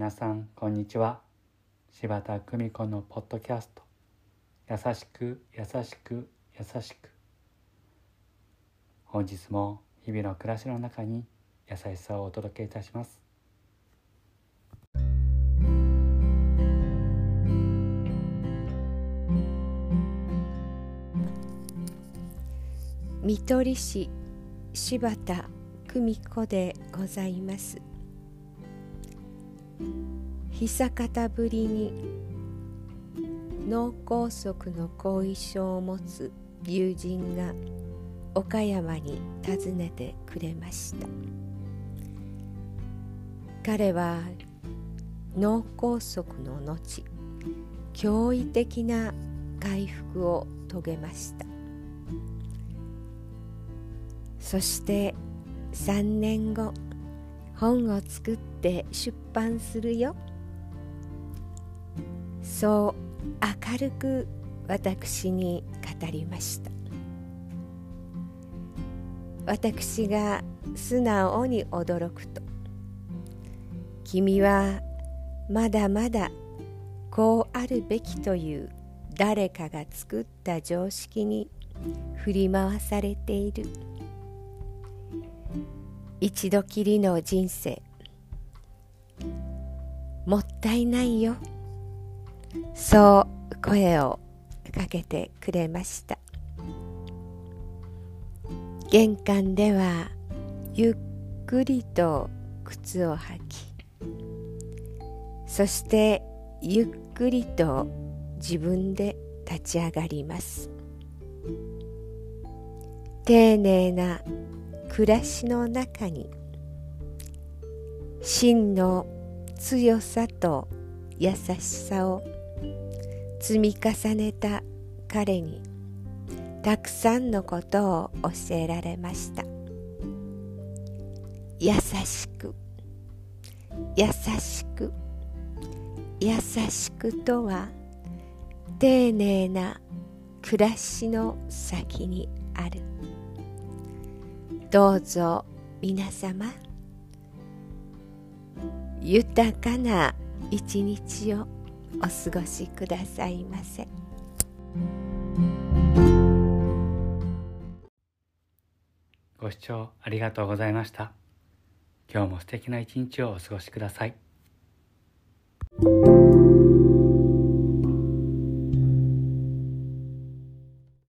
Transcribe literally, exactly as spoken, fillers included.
皆さんこんにちは。柴田久美子のポッドキャスト、優しく優しく優しく。本日も日々の暮らしの中に優しさをお届けいたします。 看取り師柴田久美子でございます。久方ぶりに脳梗塞の後遺症を持つ友人が岡山に訪ねてくれました。彼は脳梗塞の後、驚異的な回復を遂げました。そしてさんねんご、本を作って出版するよ、そう明るく私に語りました。私が素直に驚くと、君はまだまだこうあるべきという誰かが作った常識に振り回されている。一度きりの人生、もったいないよ、そう声をかけてくれました。玄関ではゆっくりと靴を履き、そしてゆっくりと自分で立ち上がります。丁寧な暮らしの中に真の強さと優しさを積み重ねた彼に、たくさんのことを教えられました。優しく優しく優しくとは、丁寧な暮らしの先にある。どうぞ皆様、豊かな一日をお過ごしくださいませ。 ご視聴ありがとうございました。今日も素敵な一日をお過ごしください。